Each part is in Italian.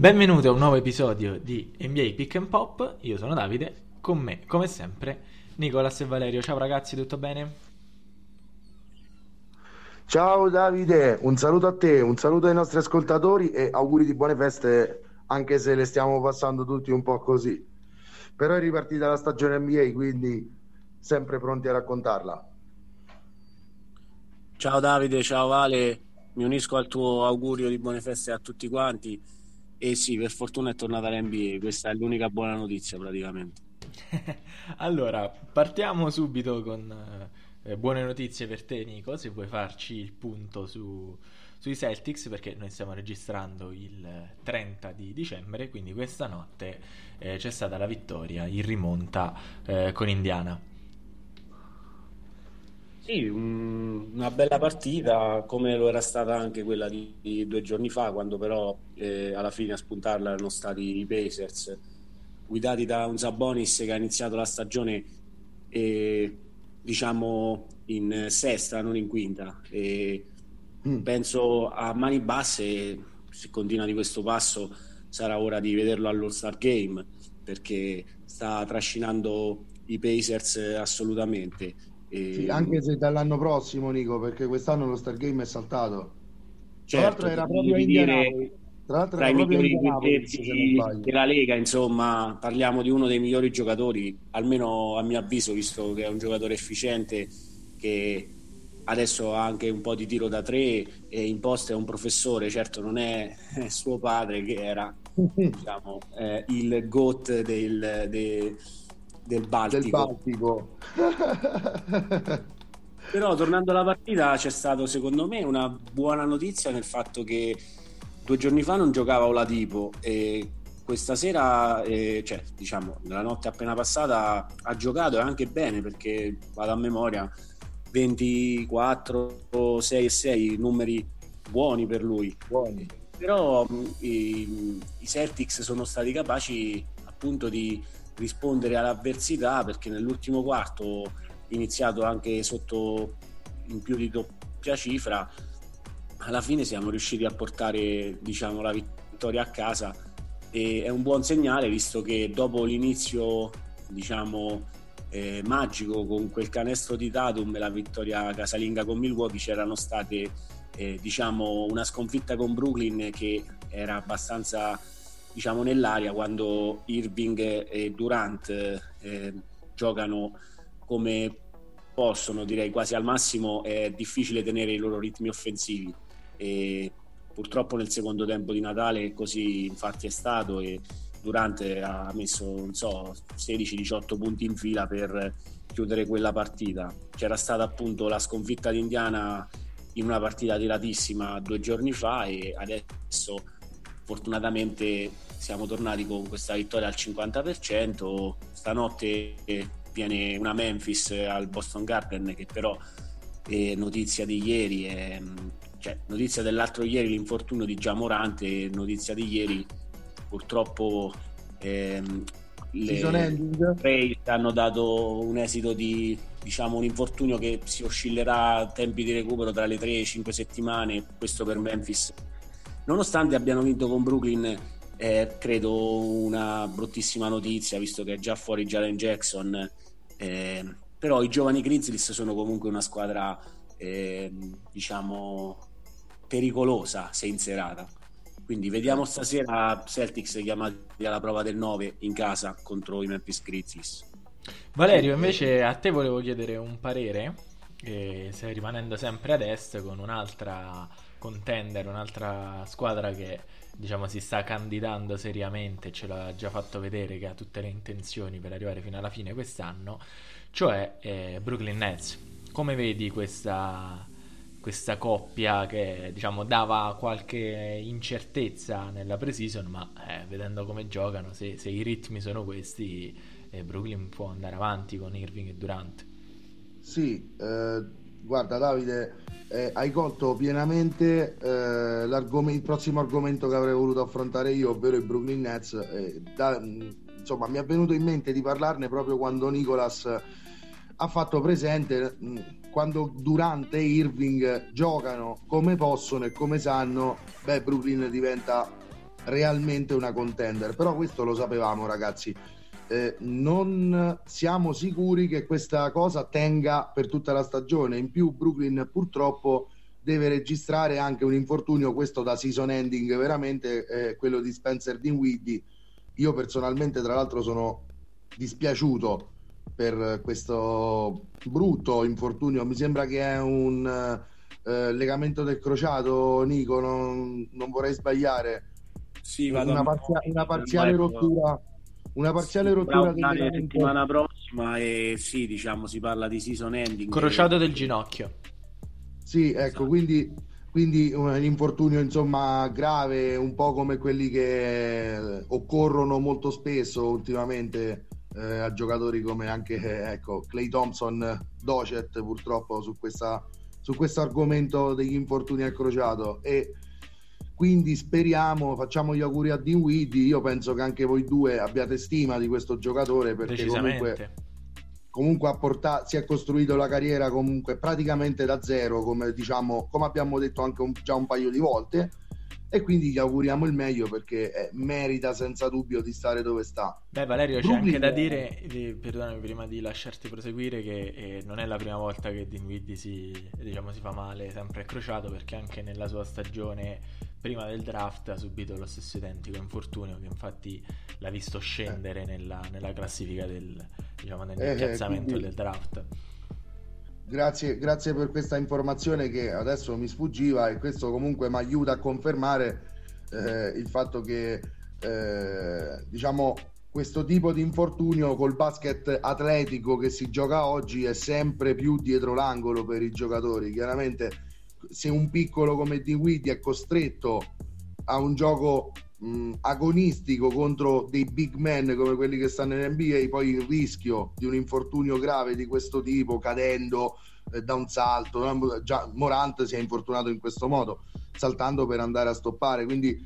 Benvenuti a un nuovo episodio di NBA Pick and Pop. Io sono Davide, con me, come sempre, Nicolas e Valerio. Ciao ragazzi, tutto bene? Ciao Davide, un saluto a te, un saluto ai nostri ascoltatori e auguri di buone feste, anche se le stiamo passando tutti un po' così. Però è ripartita la stagione NBA, quindi sempre pronti a raccontarla. Ciao Davide, ciao Vale, mi unisco al tuo augurio di buone feste a tutti quanti e sì, per fortuna è tornata l'NBA, questa è l'unica buona notizia praticamente. Allora, partiamo subito con buone notizie per te, Nico, se vuoi farci il punto sui Celtics, perché noi stiamo registrando il 30 di dicembre, quindi questa notte c'è stata la vittoria in rimonta con Indiana. Sì, una bella partita, come lo era stata anche quella di 2 giorni fa, quando però alla fine a spuntarla erano stati i Pacers, guidati da un Sabonis che ha iniziato la stagione diciamo in sesta, non in quinta. E Mm. penso a mani basse, se continua di questo passo, sarà ora di vederlo all'All-Star Game, perché sta trascinando i Pacers assolutamente. Sì, E, anche se dall'anno prossimo, Nico, perché quest'anno lo Stargame è saltato. Tra l'altro certo, era potremmo proprio a dire Indianapolis. Tra l'altro tra era i proprio a migliori Indianapolis, se non quintetti sbaglio. della Lega, insomma, parliamo di uno dei migliori giocatori, almeno a mio avviso, visto che è un giocatore efficiente, che adesso ha anche un po' di tiro da tre e in post è un professore, certo non è suo padre che era, diciamo, il GOAT del Del Baltico. Baltico. Però tornando alla partita c'è stato secondo me una buona notizia nel fatto che 2 giorni fa non giocava Oladipo e questa sera, cioè diciamo nella notte appena passata ha giocato e anche bene, perché vado a memoria 24, 6 e 6, numeri buoni per lui. Buoni. Però i Celtics sono stati capaci appunto di rispondere all'avversità, perché nell'ultimo quarto, iniziato anche sotto in più di doppia cifra, alla fine siamo riusciti a portare, diciamo, la vittoria a casa, e è un buon segnale, visto che dopo l'inizio, diciamo, magico con quel canestro di Tatum e la vittoria casalinga con Milwaukee, c'erano state diciamo una sconfitta con Brooklyn che era abbastanza, diciamo, nell'aria, quando Irving e Durant giocano come possono, direi quasi al massimo, è difficile tenere i loro ritmi offensivi, e purtroppo nel secondo tempo di Natale così infatti è stato, e Durant ha messo, non so, 16-18 punti in fila per chiudere quella partita. C'era stata appunto la sconfitta di Indiana in una partita tiratissima 2 giorni fa, e adesso fortunatamente siamo tornati con questa vittoria al 50%. Stanotte viene una Memphis al Boston Garden, che però è notizia di ieri, cioè notizia dell'altro ieri l'infortunio di Ja Morant, e notizia di ieri purtroppo Season le ending. Rays hanno dato un esito di, diciamo, un infortunio che si oscillerà a tempi di recupero tra le 3 e 5 settimane. Questo per Memphis, nonostante abbiano vinto con Brooklyn, è credo una bruttissima notizia, visto che è già fuori Jaren Jackson. Però i giovani Grizzlies sono comunque una squadra diciamo pericolosa se in serata, quindi vediamo stasera Celtics chiamati alla prova del 9 in casa contro i Memphis Grizzlies. Valerio, invece a te volevo chiedere un parere, stai rimanendo sempre ad est con un'altra contender, un'altra squadra che diciamo si sta candidando seriamente, ce l'ha già fatto vedere che ha tutte le intenzioni per arrivare fino alla fine quest'anno, cioè Brooklyn Nets. Come vedi questa coppia che diciamo dava qualche incertezza nella pre-season, ma vedendo come giocano, se i ritmi sono questi, Brooklyn può andare avanti con Irving e Durant. Sì, guarda Davide, hai colto pienamente il prossimo argomento che avrei voluto affrontare io, ovvero i Brooklyn Nets. Insomma, mi è venuto in mente di parlarne proprio quando Nicolas ha fatto presente, quando Durant e Irving giocano come possono e come sanno, beh, Brooklyn diventa realmente una contender, però questo lo sapevamo, ragazzi. Non siamo sicuri che questa cosa tenga per tutta la stagione. In più Brooklyn purtroppo deve registrare anche un infortunio, questo da season ending veramente, quello di Spencer Dinwiddie. Io personalmente tra l'altro sono dispiaciuto per questo brutto infortunio, mi sembra che è un legamento del crociato, Nico, non vorrei sbagliare. Sì, Una parziale rottura, una parziale rottura del la legamento settimana prossima, e sì, diciamo, si parla di season ending. Crociato del ginocchio. Sì, ecco, Esatto. quindi un infortunio insomma grave, un po' come quelli che occorrono molto spesso ultimamente a giocatori come anche ecco, Klay Thompson, Docet purtroppo su questo argomento degli infortuni al crociato. E quindi speriamo, facciamo gli auguri a Dinwiddie. Io penso che anche voi due abbiate stima di questo giocatore, perché comunque si è costruito la carriera comunque praticamente da zero, come diciamo, come abbiamo detto anche già un paio di volte, e quindi gli auguriamo il meglio, perché merita senza dubbio di stare dove sta. Beh, Valerio, c'è anche da dire, perdonami prima di lasciarti proseguire, che non è la prima volta che Dinwiddie si fa male sempre al crociato, perché anche nella sua stagione prima del draft ha subito lo stesso identico infortunio, che infatti l'ha visto scendere nella classifica del piazzamento del draft. Grazie per questa informazione che adesso mi sfuggiva, e questo comunque mi aiuta a confermare il fatto che diciamo questo tipo di infortunio col basket atletico che si gioca oggi è sempre più dietro l'angolo per i giocatori. Chiaramente se un piccolo come Dinwiddie è costretto a un gioco agonistico contro dei big men come quelli che stanno in NBA, poi il rischio di un infortunio grave di questo tipo, cadendo da un salto, no? Già Morant si è infortunato in questo modo, saltando per andare a stoppare, quindi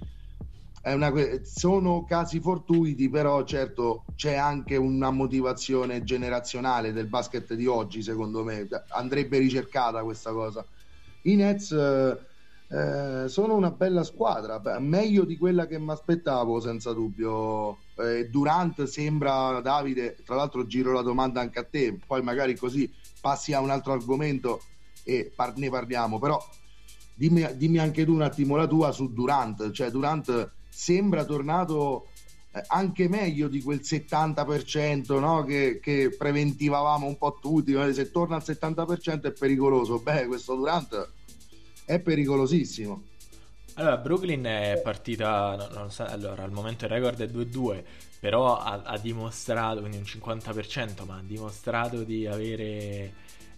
sono casi fortuiti, però certo c'è anche una motivazione generazionale del basket di oggi. Secondo me andrebbe ricercata questa cosa. I Nets sono una bella squadra, meglio di quella che mi aspettavo senza dubbio. Durant sembra, Davide, tra l'altro giro la domanda anche a te, poi magari così passi a un altro argomento e ne parliamo, però dimmi anche tu un attimo la tua su Durant. Cioè Durant sembra tornato anche meglio di quel 70%, no? che preventivavamo un po' tutti. Se torna al 70% è pericoloso. Questo Durant è pericolosissimo. Allora, Brooklyn è partita, allora al momento il record è 2-2, però ha dimostrato, quindi un 50%, ma ha dimostrato di avere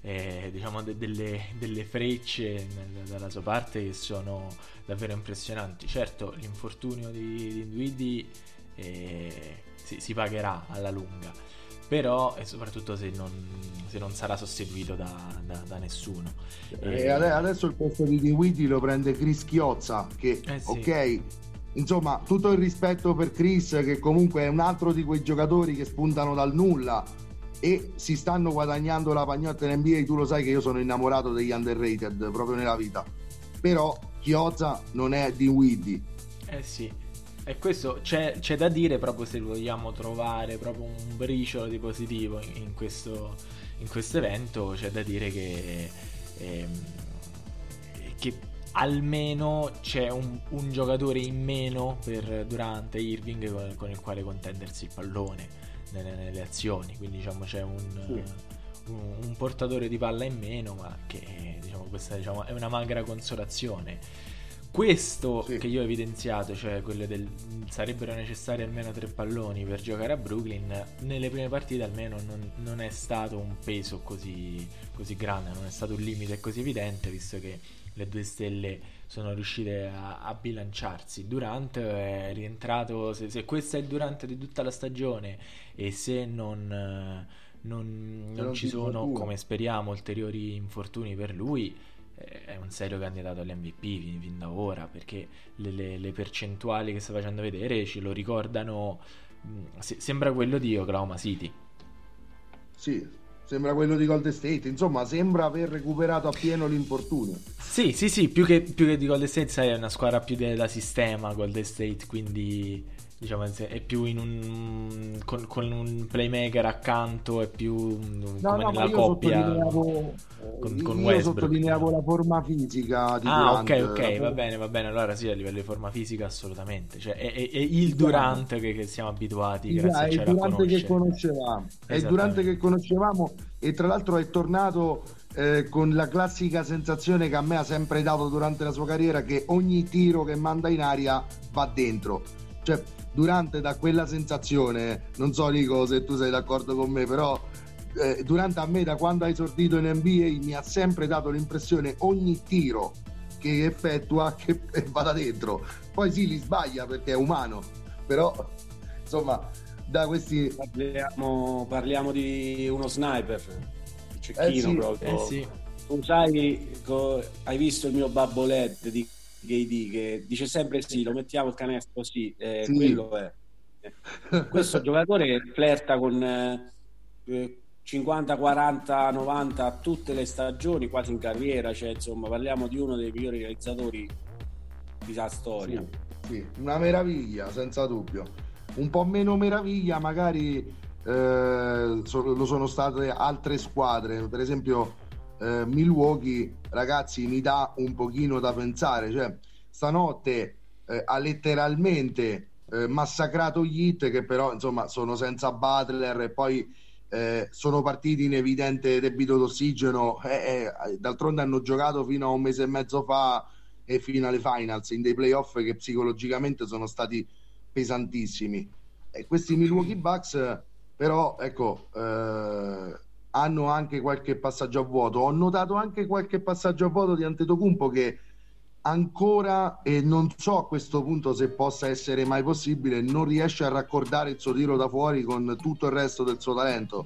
delle frecce dalla sua parte che sono davvero impressionanti. Certo, l'infortunio di Dinwiddie si pagherà alla lunga, però, e soprattutto se non sarà sostituito da nessuno. Adesso il posto di Dinwiddie lo prende Chris Chiozza, che sì. Ok, insomma, tutto il rispetto per Chris, che comunque è un altro di quei giocatori che spuntano dal nulla e si stanno guadagnando la pagnotta in NBA. Tu lo sai che io sono innamorato degli underrated proprio nella vita, però Chiozza non è Dinwiddie. Sì. E questo c'è da dire, proprio se vogliamo trovare proprio un briciolo di positivo in questo evento, c'è da dire che almeno c'è un giocatore in meno per Durant e Irving con il quale contendersi il pallone nelle azioni, quindi diciamo c'è un portatore di palla in meno, ma che questa è una magra consolazione. Questo che io ho evidenziato, cioè quello sarebbero necessari almeno 3 palloni per giocare a Brooklyn, nelle prime partite almeno non è stato un peso così grande, non è stato un limite così evidente, visto che le due stelle sono riuscite a bilanciarsi. Durant è rientrato, se questo è il Durant di tutta la stagione, e se non ci sono, come speriamo, ulteriori infortuni per lui, è un serio candidato all'MVP fin da ora, perché le percentuali che sta facendo vedere ce lo ricordano. Sembra quello di Oklahoma City. Sì, sembra quello di Golden State, insomma sembra aver recuperato appieno l'infortunio. Sì, più che di Golden State, sai, è una squadra più da sistema Golden State, quindi diciamo è più con un playmaker accanto, è più come nella coppia con io Westbrook. sottolineavo la forma fisica di Durant. Ok, Va bene, allora sì, a livello di forma fisica assolutamente, cioè è il Durant che siamo abituati, grazie a Ciara, a conoscere. È il Durant che conoscevamo, e tra l'altro è tornato con la classica sensazione che a me ha sempre dato durante la sua carriera, che ogni tiro che manda in aria va dentro. Cioè Durant dà quella sensazione, non so Nico se tu sei d'accordo con me, però Durant a me da quando ha esordito in NBA mi ha sempre dato l'impressione ogni tiro che effettua che vada dentro. Poi sì, li sbaglia perché è umano, però insomma da questi parliamo di uno sniper, il cecchino, sì, proprio. Sì. Tu sai, hai visto il mio babbo LED di KD che dice sempre sì, lo mettiamo il canestro, sì. Quello è. Questo giocatore flirta con 50, 40, 90 tutte le stagioni, quasi in carriera, cioè insomma parliamo di uno dei migliori realizzatori della storia. Sì, una meraviglia senza dubbio. Un po' meno meraviglia magari lo sono state altre squadre, per esempio Milwaukee, ragazzi, mi dà un pochino da pensare, cioè stanotte ha letteralmente massacrato gli Heat, che però insomma sono senza Butler, e poi sono partiti in evidente debito d'ossigeno, d'altronde hanno giocato fino a un mese e mezzo fa e fino alle finals in dei playoff che psicologicamente sono stati pesantissimi. E questi Milwaukee Bucks però ecco hanno anche qualche passaggio a vuoto. Ho notato anche qualche passaggio a vuoto di Antetokounmpo, che ancora, e non so a questo punto se possa essere mai possibile, non riesce a raccordare il suo tiro da fuori con tutto il resto del suo talento.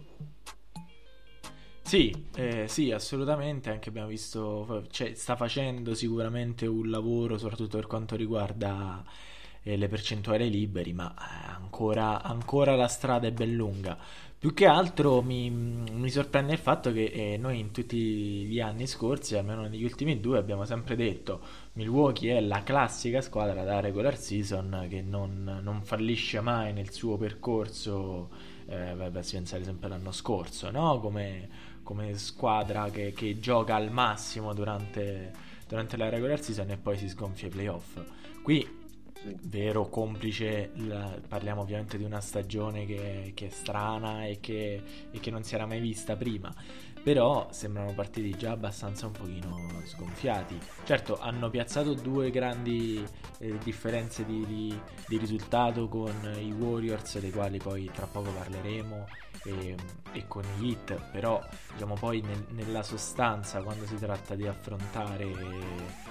Sì, assolutamente. Anche abbiamo visto, cioè, sta facendo sicuramente un lavoro soprattutto per quanto riguarda le percentuali liberi, ma ancora la strada è ben lunga. Più che altro mi sorprende il fatto che noi in tutti gli anni scorsi, almeno negli ultimi due, abbiamo sempre detto Milwaukee è la classica squadra da regular season che non fallisce mai nel suo percorso. Basti pensare sempre l'anno scorso, no? Come squadra che gioca al massimo durante la regular season e poi si sgonfia i playoff. Qui vero, complice parliamo ovviamente di una stagione che è strana e che non si era mai vista prima, però sembrano partiti già abbastanza un pochino sgonfiati. Certo, hanno piazzato due grandi differenze di risultato con i Warriors, dei quali poi tra poco parleremo, e con i Heat, però diciamo poi nella sostanza, quando si tratta di affrontare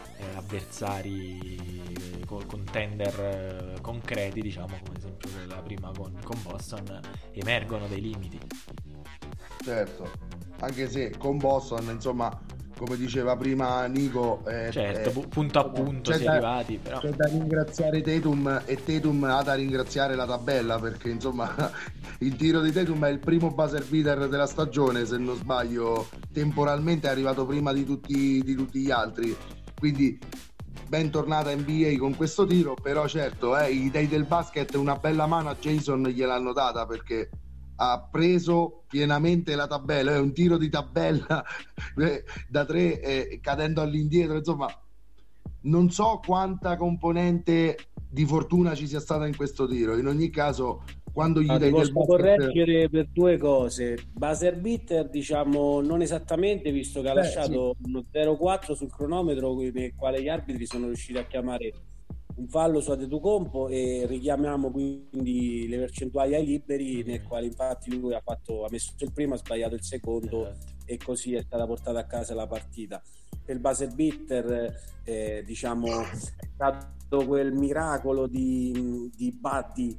avversari contender concreti, diciamo, come esempio la prima con Boston, emergono dei limiti. Certo, anche se con Boston, insomma, come diceva prima Nico, punto a punto si è arrivati, però c'è da ringraziare Tatum, e Tatum ha da ringraziare la tabella, perché insomma il tiro di Tatum è il primo buzzer beater della stagione, se non sbaglio, temporalmente è arrivato prima di tutti gli altri, quindi bentornata NBA con questo tiro. Però certo, i dei del basket una bella mano a Jason gliel'hanno data, perché ha preso pienamente la tabella, è un tiro di tabella da tre, cadendo all'indietro, insomma non so quanta componente di fortuna ci sia stata in questo tiro. In ogni caso, quando gli dai del basket... correggere per due cose: buzzer beater, diciamo, non esattamente, visto che ha lasciato uno 0-4 sul cronometro, nel quale gli arbitri sono riusciti a chiamare un fallo su Antetokounmpo, e richiamiamo quindi le percentuali ai liberi, nel quale infatti lui ha messo il primo, ha sbagliato il secondo, e così è stata portata a casa la partita. Per il buzzer beater diciamo è stato quel miracolo di Buddy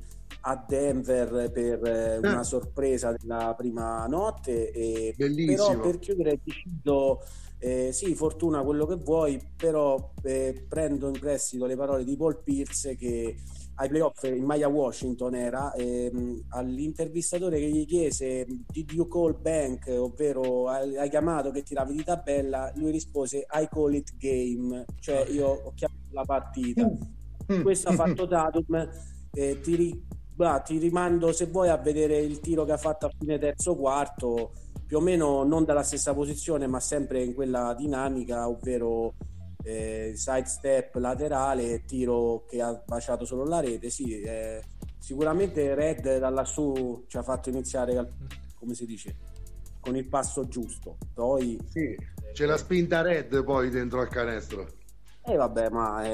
a Denver per una sorpresa della prima notte, bellissimo. però per chiudere decido sì, fortuna, quello che vuoi, però prendo in prestito le parole di Paul Pierce che ai playoff in Maya Washington era all'intervistatore che gli chiese did you call bank, ovvero hai chiamato che tiravi di tabella, lui rispose I call it game, cioè io ho chiamato la partita. Questo ha fatto Tatum. Ti rimando, se vuoi, a vedere il tiro che ha fatto a fine terzo quarto, più o meno non dalla stessa posizione ma sempre in quella dinamica, ovvero side step laterale, tiro che ha baciato solo la rete. Sì, sicuramente Red da lassù ci ha fatto iniziare, come si dice, con il passo giusto. Poi sì, c'è la spinta Red poi dentro al canestro. Vabbè, ma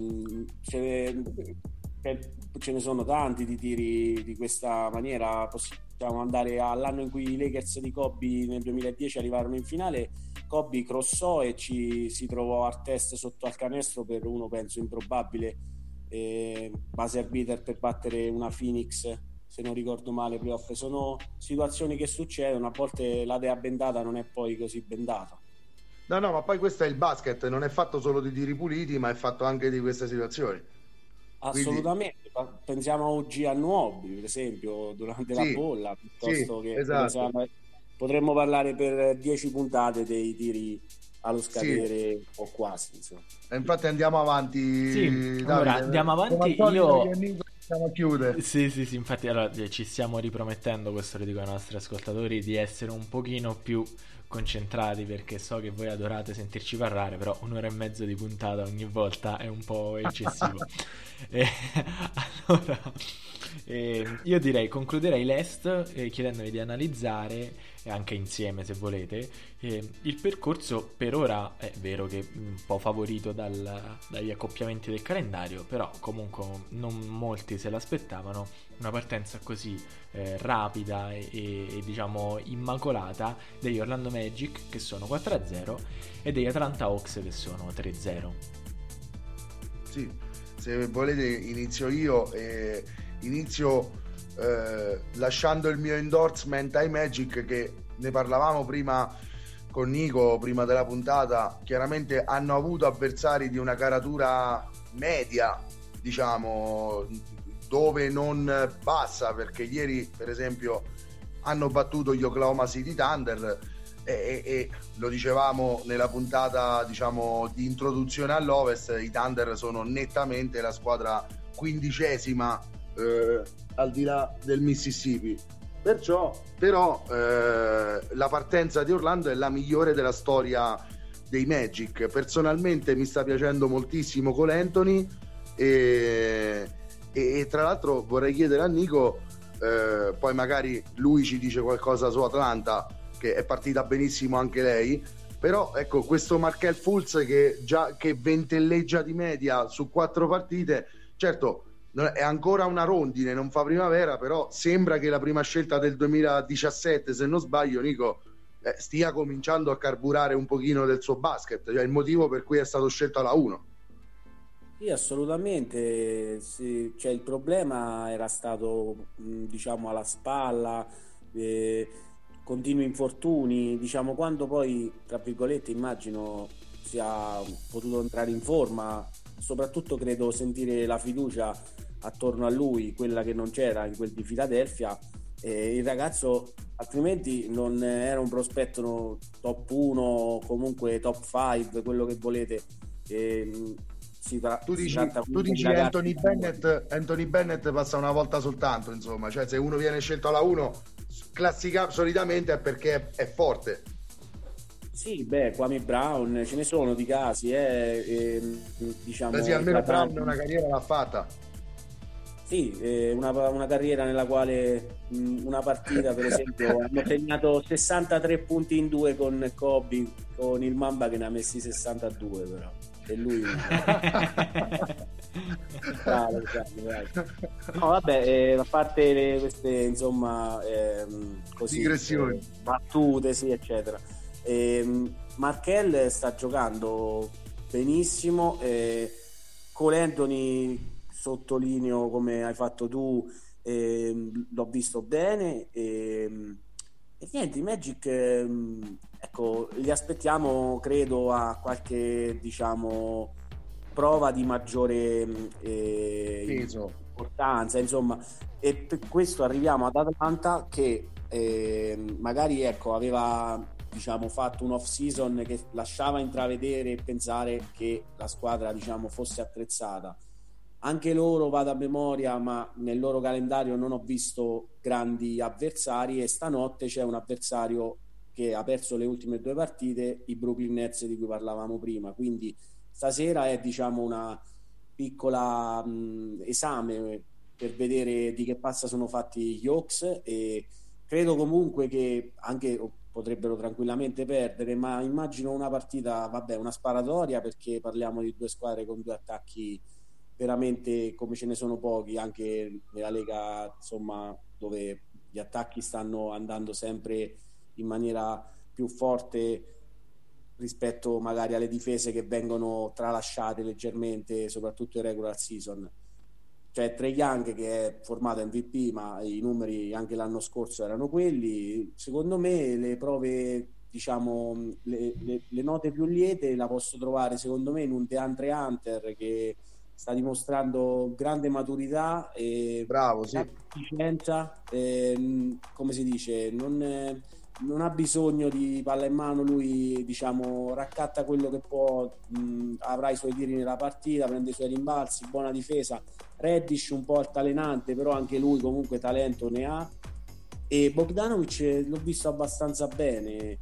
ce ne sono tanti di tiri di questa maniera. Possiamo andare all'anno in cui i Lakers di Kobe nel 2010 arrivarono in finale. Kobe crossò e si trovò al test sotto al canestro per uno, penso, improbabile buzzer beater per battere una Phoenix, se non ricordo male, playoff. Sono situazioni che succedono, a volte la dea bendata non è poi così bendata. No, ma poi questo è il basket, non è fatto solo di tiri puliti, ma è fatto anche di queste situazioni. Assolutamente. Quindi... pensiamo oggi a Nuobi, per esempio, durante la bolla, piuttosto che esatto. Potremmo parlare per 10 puntate dei tiri allo scadere o quasi, insomma. E infatti andiamo avanti. Sì, allora andiamo avanti. Io a chiudere. Sì, infatti allora ci stiamo ripromettendo, questo lo dico ai nostri ascoltatori, di essere un pochino più concentrati, perché so che voi adorate sentirci parlare, però 1 ora e mezzo di puntata ogni volta è un po' eccessivo. Allora io direi concluderei l'Est chiedendovi di analizzare, anche insieme se volete, il percorso. Per ora è vero che un po' favorito dagli accoppiamenti del calendario, però comunque non molti se l'aspettavano, una partenza così rapida e diciamo immacolata degli Orlando Magic, che sono 4-0, e degli Atlanta Hawks, che sono 3-0. Sì, se volete inizio io, inizio lasciando il mio endorsement ai Magic, che ne parlavamo prima con Nico, prima della puntata. Chiaramente hanno avuto avversari di una caratura media, diciamo, dove non bassa, perché ieri per esempio hanno battuto gli Oklahoma City Thunder e lo dicevamo nella puntata, diciamo, di introduzione all'Ovest, i Thunder sono nettamente la squadra 15ª al di là del Mississippi. Perciò però la partenza di Orlando è la migliore della storia dei Magic. Personalmente mi sta piacendo moltissimo Cole Anthony e tra l'altro vorrei chiedere a Nico, poi magari lui ci dice qualcosa su Atlanta, che è partita benissimo anche lei, però ecco, questo Markelle Fultz che ventelleggia di media su 4 partite, certo è ancora una rondine, non fa primavera, però sembra che la prima scelta del 2017, se non sbaglio Nico, stia cominciando a carburare un pochino del suo basket, cioè il motivo per cui è stato scelto alla 1. Sì, assolutamente, sì. Cioè, il problema era stato diciamo alla spalla, continui infortuni, diciamo, quando poi tra virgolette immagino sia potuto entrare in forma, soprattutto credo sentire la fiducia attorno a lui, quella che non c'era in quel di Philadelphia, il ragazzo altrimenti non era un prospetto top 1, comunque top 5, quello che volete. Tu dici Anthony Bennett passa una volta soltanto, insomma, cioè se uno viene scelto alla 1 classica solitamente è perché è forte. Sì, Kwame Brown, ce ne sono di casi, diciamo. Beh, sì, almeno Brown una carriera l'ha fatta. Sì, una carriera nella quale una partita, per esempio, hanno segnato 63 punti in 2 con Kobe, con il Mamba che ne ha messi 62 però. E lui bravo. No, vabbè, a parte queste insomma così digressioni, battute, sì, eccetera, Markelle sta giocando benissimo, Cole Anthony, sottolineo come hai fatto tu, l'ho visto bene e niente, i Magic ecco, li aspettiamo credo a qualche diciamo prova di maggiore importanza, insomma, e per questo arriviamo ad Atlanta che magari ecco aveva diciamo fatto un off season che lasciava intravedere e pensare che la squadra diciamo fosse attrezzata. Anche loro, vado a memoria, ma nel loro calendario non ho visto grandi avversari e stanotte c'è un avversario che ha perso le ultime 2 partite, i Brooklyn Nets di cui parlavamo prima, quindi stasera è diciamo una piccola esame per vedere di che pasta sono fatti gli Hawks e credo comunque che anche potrebbero tranquillamente perdere, ma immagino una partita, vabbè, una sparatoria perché parliamo di 2 squadre con 2 attacchi veramente come ce ne sono pochi anche nella Lega, insomma, dove gli attacchi stanno andando sempre in maniera più forte rispetto magari alle difese che vengono tralasciate leggermente, soprattutto in regular season. C'è Trae Young che è formato MVP, ma i numeri anche l'anno scorso erano quelli. Secondo me le prove, diciamo, le note più liete la posso trovare secondo me in un DeAndre Hunter che sta dimostrando grande maturità e bravo, sì. efficienza, come si dice, non ha bisogno di palla in mano, lui diciamo raccatta quello che può, avrà i suoi tiri nella partita, prende i suoi rimbalzi, buona difesa. Reddish un po' altalenante, però anche lui comunque talento ne ha, e Bogdanovic l'ho visto abbastanza bene,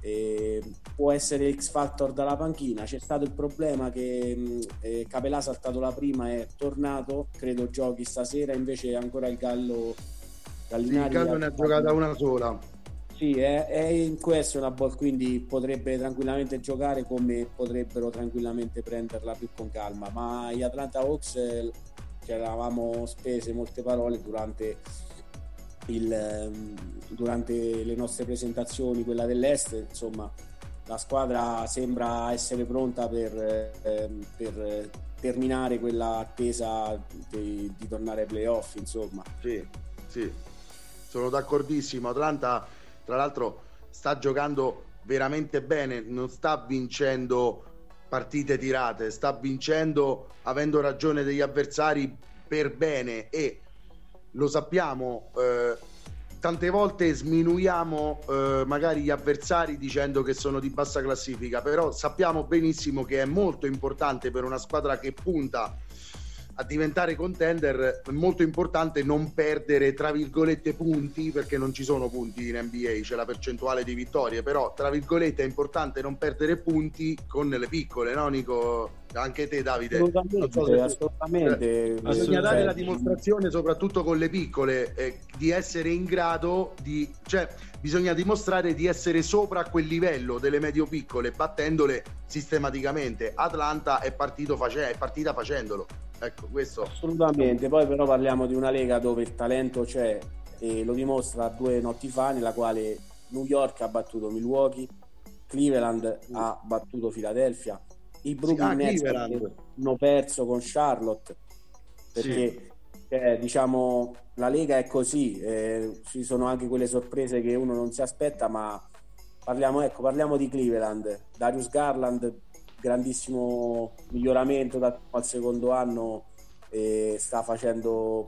può essere X Factor dalla panchina. C'è stato il problema che Capelà ha saltato la prima, è tornato, credo giochi stasera, invece ancora il Gallinari. Sì, il Gallo ne ha giocata una sola. Sì, è in questionable, quindi potrebbe tranquillamente giocare, come potrebbero tranquillamente prenderla più con calma, ma gli Atlanta Hawks ci eravamo spese molte parole durante le nostre presentazioni, quella dell'Est, insomma la squadra sembra essere pronta per terminare quella attesa di tornare ai playoff, insomma. Sì, sono d'accordissimo. Atlanta tra l'altro sta giocando veramente bene, non sta vincendo partite tirate, sta vincendo avendo ragione degli avversari per bene, e lo sappiamo, tante volte sminuiamo magari gli avversari dicendo che sono di bassa classifica, però sappiamo benissimo che è molto importante per una squadra che punta a diventare contender, è molto importante non perdere tra virgolette punti, perché non ci sono punti in NBA, c'è la percentuale di vittorie, però tra virgolette è importante non perdere punti con le piccole, no Nico? Anche te Davide, assolutamente. Bisogna dare la dimostrazione soprattutto con le piccole, di essere in grado di, cioè bisogna dimostrare di essere sopra quel livello delle medio piccole, battendole sistematicamente. Atlanta è partita facendolo, ecco, questo assolutamente. Poi però parliamo di una lega dove il talento c'è, e lo dimostra 2 notti fa, nella quale New York ha battuto Milwaukee, Cleveland ha battuto Philadelphia, i Brooklyn Nets hanno perso con Charlotte, perché diciamo la lega è così, ci sono anche quelle sorprese che uno non si aspetta, ma parliamo di Cleveland. Darius Garland, grandissimo miglioramento al secondo anno, sta facendo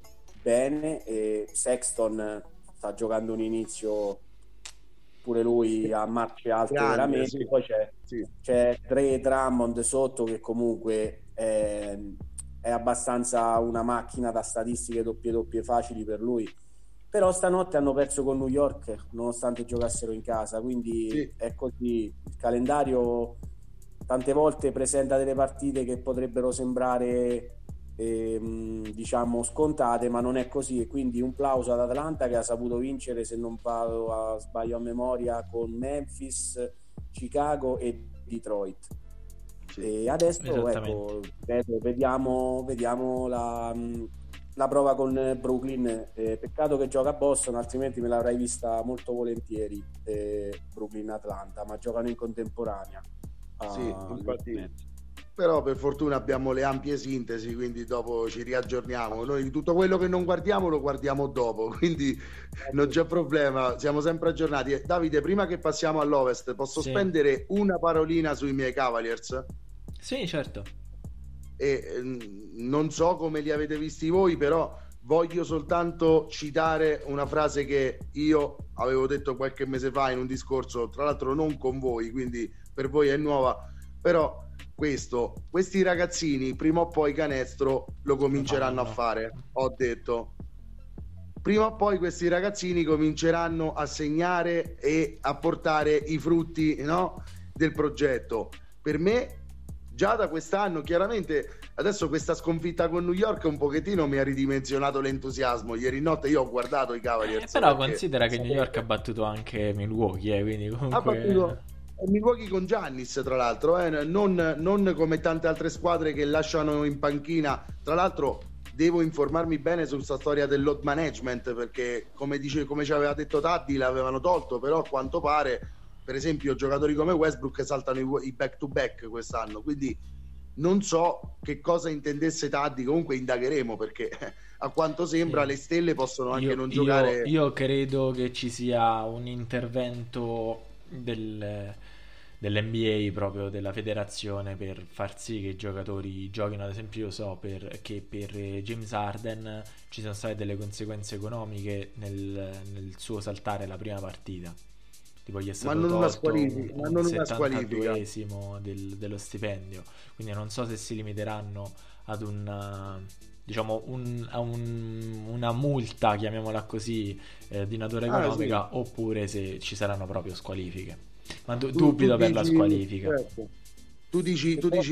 bene, e Sexton sta giocando un inizio pure lui a marce alte, veramente. Sì. Poi c'è Dre Drummond sotto, che comunque è abbastanza una macchina da statistiche doppie facili per lui, però stanotte hanno perso con New York nonostante giocassero in casa, quindi è così. Il calendario tante volte presenta delle partite che potrebbero sembrare diciamo scontate, ma non è così, e quindi un plauso ad Atlanta che ha saputo vincere, se non sbaglio a memoria, con Memphis, Chicago e Detroit. E adesso ecco, vediamo la prova con Brooklyn. Peccato che gioca a Boston, altrimenti me l'avrei vista molto volentieri, Brooklyn-Atlanta, ma giocano in contemporanea. Infatti però per fortuna abbiamo le ampie sintesi, quindi dopo ci riaggiorniamo. Noi tutto quello che non guardiamo lo guardiamo dopo, quindi non c'è problema, siamo sempre aggiornati. Davide, prima che passiamo all'Ovest, posso Sì. spendere una parolina sui miei Cavaliers? Sì, certo. Non so come li avete visti voi, però voglio soltanto citare una frase che io avevo detto qualche mese fa in un discorso, tra l'altro non con voi, quindi per voi è nuova, però questi ragazzini prima o poi canestro lo cominceranno a fare. Ho detto, prima o poi questi ragazzini cominceranno a segnare e a portare i frutti, no, del progetto. Per me già da quest'anno, chiaramente adesso questa sconfitta con New York un pochettino mi ha ridimensionato l'entusiasmo. Ieri notte io ho guardato i Cavaliers, Però perché considera che New York ha battuto anche Milwaukee, quindi ha comunque... battuto Milwaukee con Giannis, tra l'altro, non come tante altre squadre che lasciano in panchina. Tra l'altro devo informarmi bene su questa storia del load management, perché come ci aveva detto Taddi l'avevano tolto, però a quanto pare per esempio giocatori come Westbrook saltano i back to back quest'anno, quindi non so che cosa intendesse Taddi. Comunque indagheremo, perché a quanto sembra le stelle possono anche non giocare. Io credo che ci sia un intervento dell'NBA, proprio della federazione, per far sì che i giocatori giochino. Ad esempio io so che per James Harden ci sono state delle conseguenze economiche nel suo saltare la prima partita, tipo gli è stato non una tolto ma non una squalifica, 72esimo dello stipendio, quindi non so se si limiteranno ad una, diciamo, una multa, chiamiamola così, di natura economica, sì, oppure se ci saranno proprio squalifiche. Ma dubito per la squalifica. Certo. Tu dici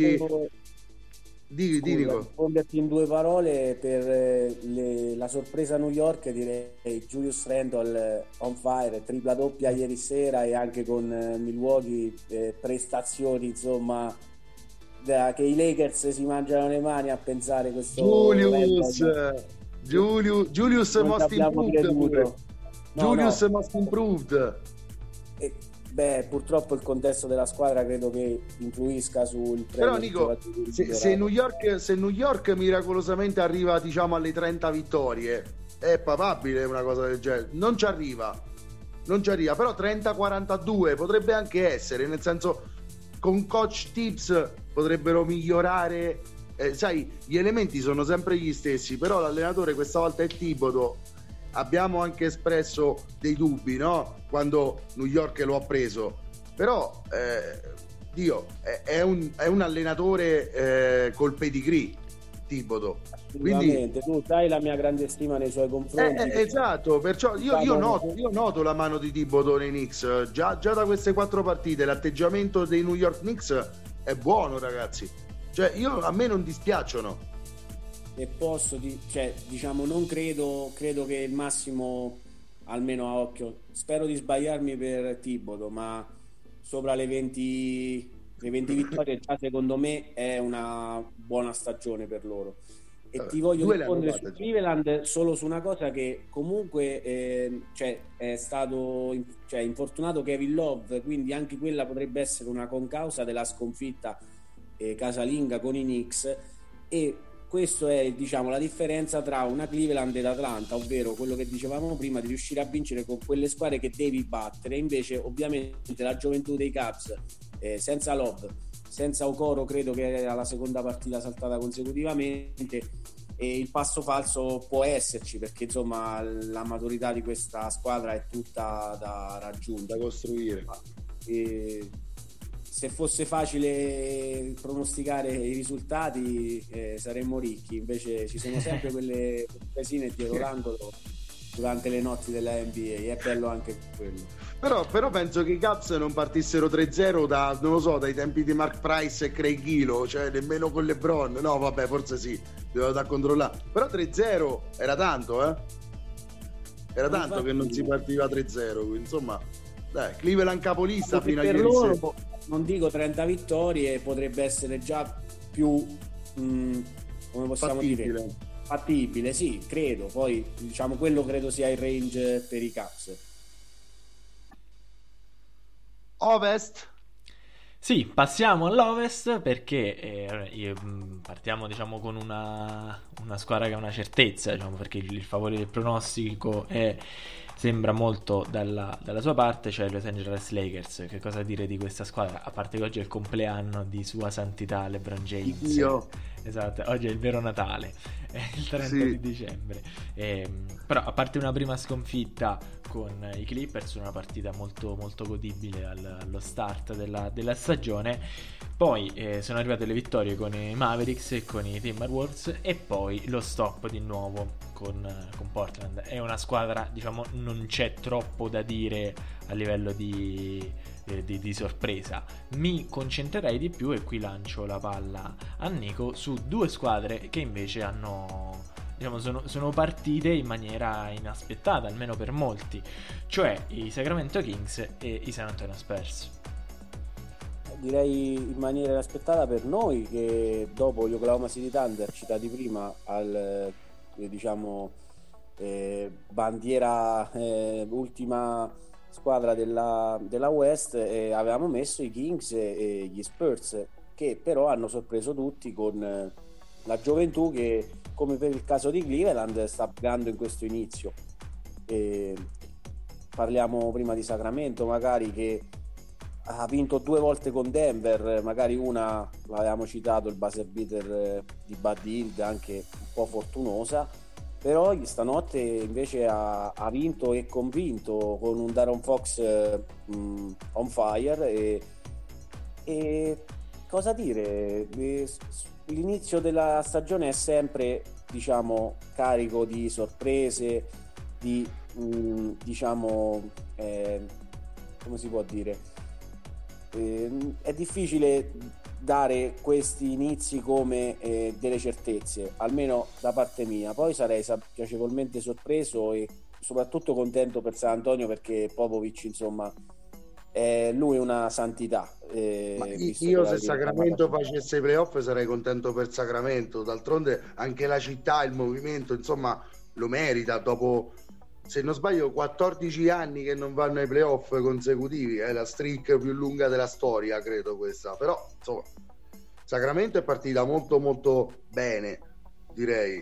Scusa, risponderti in due parole per la sorpresa New York, direi Julius Randle on fire, tripla doppia ieri sera, e anche con Milwaukee prestazioni insomma che i Lakers si mangiano le mani a pensare questo Julius most improved. Julius most improved. Purtroppo il contesto della squadra credo che influisca sul premio. Però Nico, se New York miracolosamente arriva, diciamo, alle 30 vittorie, è papabile una cosa del genere. Non ci arriva, però 30-42 potrebbe anche essere, nel senso, con coach Tips potrebbero migliorare. Sai, gli elementi sono sempre gli stessi, però l'allenatore questa volta è Thibodeau. Abbiamo anche espresso dei dubbi, no? Quando New York lo ha preso, però è un allenatore col pedigree, Thibodeau. Quindi tu sai la mia grande stima nei suoi confronti. Esatto, perciò io noto la mano di Thibodeau nei Knicks. Già da queste 4 partite l'atteggiamento dei New York Knicks è buono, ragazzi. Cioè, a me non dispiacciono. E diciamo, non credo che il massimo, almeno a occhio, spero di sbagliarmi per Thibodeau, ma sopra le 20 vittorie già secondo me è una buona stagione per loro. E ti voglio rispondere su Cleveland solo su una cosa, che comunque è stato infortunato Kevin Love, quindi anche quella potrebbe essere una concausa della sconfitta casalinga con i Knicks, e questo è, diciamo, la differenza tra una Cleveland ed Atlanta, ovvero quello che dicevamo prima, di riuscire a vincere con quelle squadre che devi battere. Invece ovviamente la gioventù dei Cavs, senza Love, senza Okoro, credo che era la seconda partita saltata consecutivamente, e il passo falso può esserci, perché insomma la maturità di questa squadra è tutta da raggiungere, da costruire. Se fosse facile pronosticare i risultati saremmo ricchi, invece ci sono sempre quelle sorpresine dietro l'angolo durante le notti della NBA, è bello anche quello. Però penso che i Cavs non partissero 3-0 non lo so, dai tempi di Mark Price e Craig Hilo, cioè nemmeno con LeBron. No, vabbè, forse sì, devo da controllare. Però 3-0 era tanto, era tanto che non si partiva 3-0, quindi insomma, dai, Cleveland capolista fino a ieri loro, non dico 30 vittorie, potrebbe essere già più come possiamo dire, fattibile, sì, credo. Poi diciamo quello credo sia il range per i Cavs. Ovest. Sì, passiamo all'Ovest perché partiamo diciamo con una squadra che ha una certezza, diciamo, perché il favore del pronostico sembra molto dalla sua parte, cioè Los Angeles Lakers. Che cosa dire di questa squadra? A parte che oggi è il compleanno di Sua Santità LeBron James. Io. Esatto, oggi è il vero Natale, è il 30 Sì. di dicembre. Però a parte una prima sconfitta con i Clippers, una partita molto, molto godibile allo start della stagione, poi sono arrivate le vittorie con i Mavericks e con i Timberwolves e poi lo stop di nuovo con Portland. È una squadra, diciamo, non c'è troppo da dire a livello di sorpresa. Mi concentrerei di più, e qui lancio la palla a Nico, su due squadre che invece hanno, diciamo, sono partite in maniera inaspettata, almeno per molti, cioè i Sacramento Kings e i San Antonio Spurs. Direi in maniera inaspettata per noi, che dopo gli Oklahoma City Thunder citati prima al diciamo bandiera ultima squadra della West, avevamo messo i Kings e gli Spurs, che però hanno sorpreso tutti con la gioventù che, come per il caso di Cleveland, sta pagando in questo inizio. Parliamo prima di Sacramento, magari, che ha vinto 2 volte con Denver, magari una l'avevamo citato, il buzzer beater di Buddy Hield, anche un po' fortunosa, però stanotte invece ha vinto e convinto con un Darren Fox on fire. E cosa dire, l'inizio della stagione è sempre, diciamo, carico di sorprese, di diciamo come si può dire, è difficile dare questi inizi come delle certezze, almeno da parte mia. Poi sarei piacevolmente sorpreso e soprattutto contento per San Antonio, perché Popovic, insomma, lui è una santità. Ma io se Sacramento facesse i playoff sarei contento per Sacramento. D'altronde anche la città, il movimento, insomma, lo merita. Dopo, se non sbaglio, 14 anni che non vanno ai playoff consecutivi, è la streak più lunga della storia, credo questa. Però insomma, Sacramento è partita molto molto bene, direi.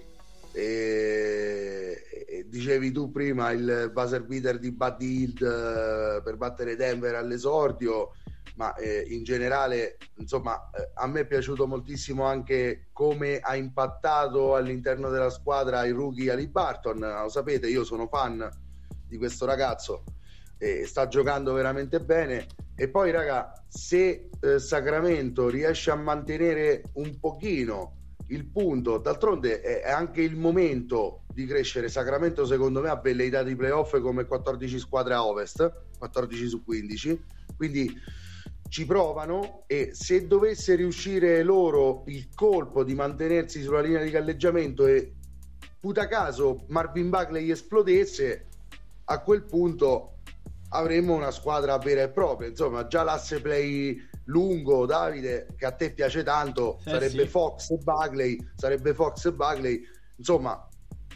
E dicevi tu prima il buzzer beater di Buddy Hield per battere Denver all'esordio, ma in generale, insomma, a me è piaciuto moltissimo anche come ha impattato all'interno della squadra il rookie Haliburton. Lo sapete, io sono fan di questo ragazzo e sta giocando veramente bene. E poi, raga, se Sacramento riesce a mantenere un pochino il punto, d'altronde è anche il momento di crescere. Sacramento secondo me ha velleità di playoff come 14 squadre a Ovest, 14 su 15, quindi ci provano, e se dovesse riuscire loro il colpo di mantenersi sulla linea di galleggiamento e puta caso Marvin Bagley esplodesse, a quel punto avremmo una squadra vera e propria. Insomma, già l'asse play lungo, Davide, che a te piace tanto, sarebbe sì. Fox e Bagley, insomma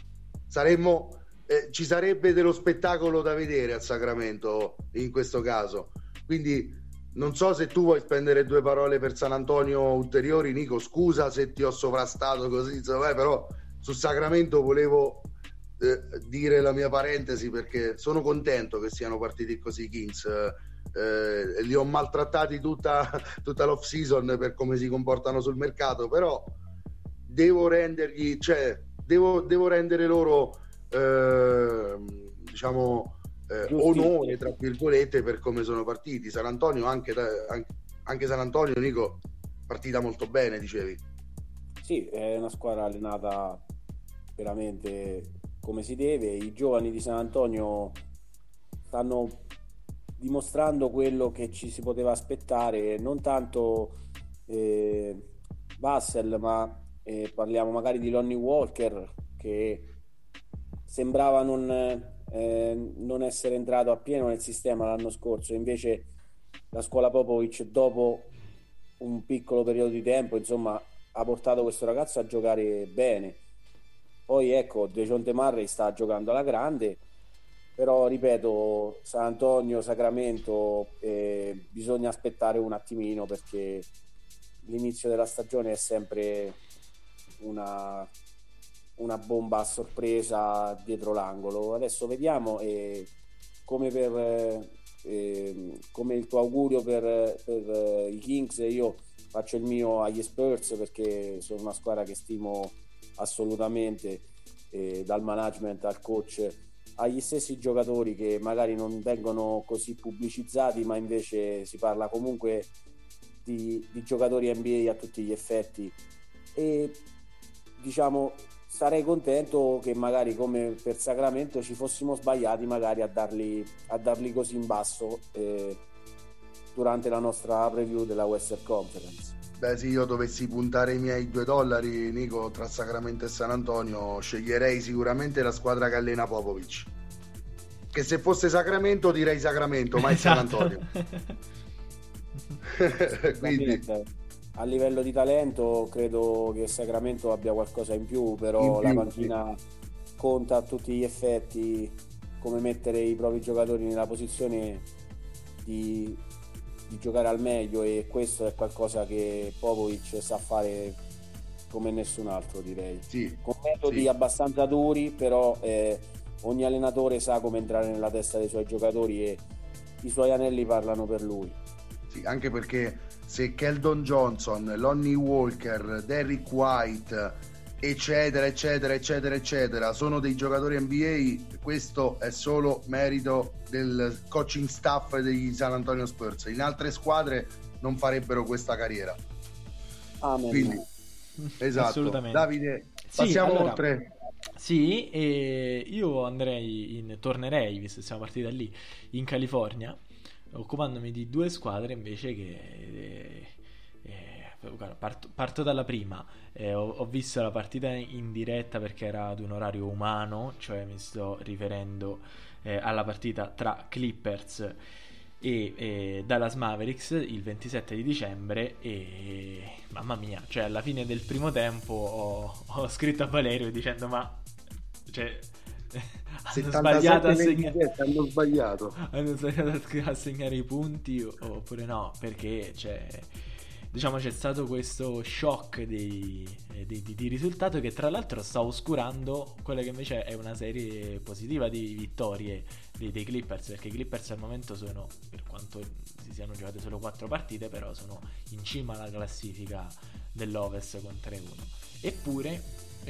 ci sarebbe dello spettacolo da vedere a Sacramento in questo caso. Quindi non so se tu vuoi spendere 2 parole per San Antonio ulteriori, Nico, scusa se ti ho sovrastato così, insomma, però su Sacramento volevo dire la mia parentesi, perché sono contento che siano partiti così i Kings. Li ho maltrattati tutta l'off season per come si comportano sul mercato, però devo rendergli, cioè devo rendere loro diciamo onore tra virgolette per come sono partiti. San Antonio, anche San Antonio, Nico, partita molto bene, dicevi. Sì, è una squadra allenata veramente come si deve. I giovani di San Antonio stanno dimostrando quello che ci si poteva aspettare, non tanto Vassell, ma parliamo magari di Lonnie Walker, che sembrava non essere entrato appieno nel sistema l'anno scorso. Invece la scuola Popovic, dopo un piccolo periodo di tempo, insomma, ha portato questo ragazzo a giocare bene. Poi ecco, DeJounte Murray sta giocando alla grande, però ripeto, San Antonio, Sacramento, bisogna aspettare un attimino perché l'inizio della stagione è sempre una bomba a sorpresa dietro l'angolo. Adesso vediamo, come come il tuo augurio per i Kings, io faccio il mio agli Spurs perché sono una squadra che stimo assolutamente, dal management al coach agli stessi giocatori che magari non vengono così pubblicizzati, ma invece si parla comunque di giocatori NBA a tutti gli effetti. E diciamo sarei contento che magari come per Sacramento ci fossimo sbagliati magari a darli così in basso durante la nostra preview della Western Conference. Beh, se io dovessi puntare i miei $2, Nico, tra Sacramento e San Antonio, sceglierei sicuramente la squadra che allena Popovic. Che se fosse Sacramento direi Sacramento, ma è San Antonio. Quindi a livello di talento credo che Sacramento abbia qualcosa in più, però la panchina conta a tutti gli effetti, come mettere i propri giocatori nella posizione di giocare al meglio, e questo è qualcosa che Popovic sa fare come nessun altro, direi. Sì, con metodi abbastanza duri, però ogni allenatore sa come entrare nella testa dei suoi giocatori e i suoi anelli parlano per lui. Sì, anche perché se Keldon Johnson, Lonnie Walker, Derrick White, eccetera eccetera eccetera eccetera sono dei giocatori NBA, questo è solo merito del coaching staff degli San Antonio Spurs. In altre squadre non farebbero questa carriera. Amen. Quindi esatto. Assolutamente. Davide, passiamo oltre. Sì, e io tornerei, visto che siamo partiti da lì, in California, occupandomi di due squadre invece che parto dalla prima. Ho visto la partita in diretta perché era ad un orario umano, cioè mi sto riferendo alla partita tra Clippers e Dallas Mavericks il 27 di dicembre, e mamma mia, cioè alla fine del primo tempo ho scritto a Valerio dicendo cioè hanno sbagliato a segnare i punti oppure no, perché diciamo c'è stato questo shock di risultato che tra l'altro sta oscurando quella che invece è una serie positiva di vittorie dei Clippers, perché i Clippers al momento sono, per quanto si siano giocate solo 4 partite, però sono in cima alla classifica dell'Ovest con 3-1. Eppure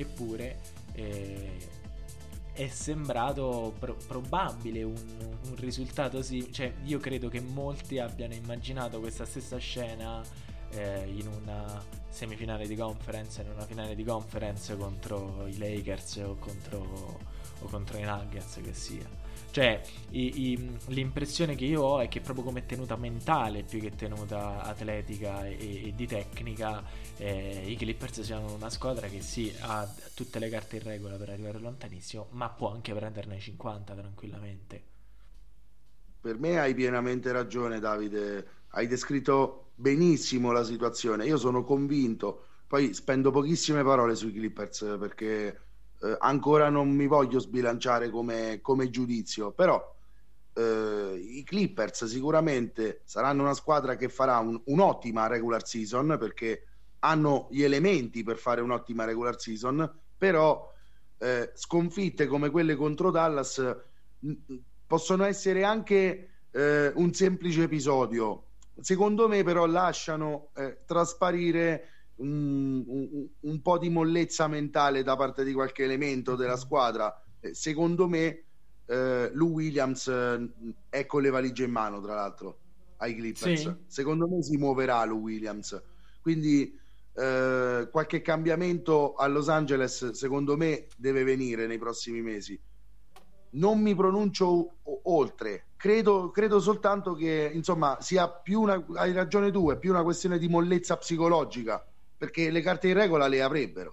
è sembrato probabile un risultato cioè io credo che molti abbiano immaginato questa stessa scena in una semifinale di conference, in una finale di conference contro i Lakers o contro i Nuggets che sia. Cioè l'impressione che io ho è che proprio come tenuta mentale più che tenuta atletica e di tecnica, i Clippers siano una squadra che sì, ha tutte le carte in regola per arrivare lontanissimo, ma può anche prenderne 50 tranquillamente. Per me hai pienamente ragione, Davide, hai descritto benissimo la situazione. Io sono convinto, poi spendo pochissime parole sui Clippers perché ancora non mi voglio sbilanciare come giudizio, però i Clippers sicuramente saranno una squadra che farà un'ottima regular season, perché hanno gli elementi per fare un'ottima regular season, però sconfitte come quelle contro Dallas possono essere anche un semplice episodio. Secondo me però lasciano trasparire un po' di mollezza mentale da parte di qualche elemento della squadra. Secondo me Lou Williams è con le valigie in mano, tra l'altro, ai Clippers. Sì. Secondo me si muoverà Lou Williams, quindi qualche cambiamento a Los Angeles secondo me deve venire nei prossimi mesi. Non mi pronuncio oltre, credo soltanto che insomma sia più hai ragione tu, è più una questione di mollezza psicologica, perché le carte in regola le avrebbero.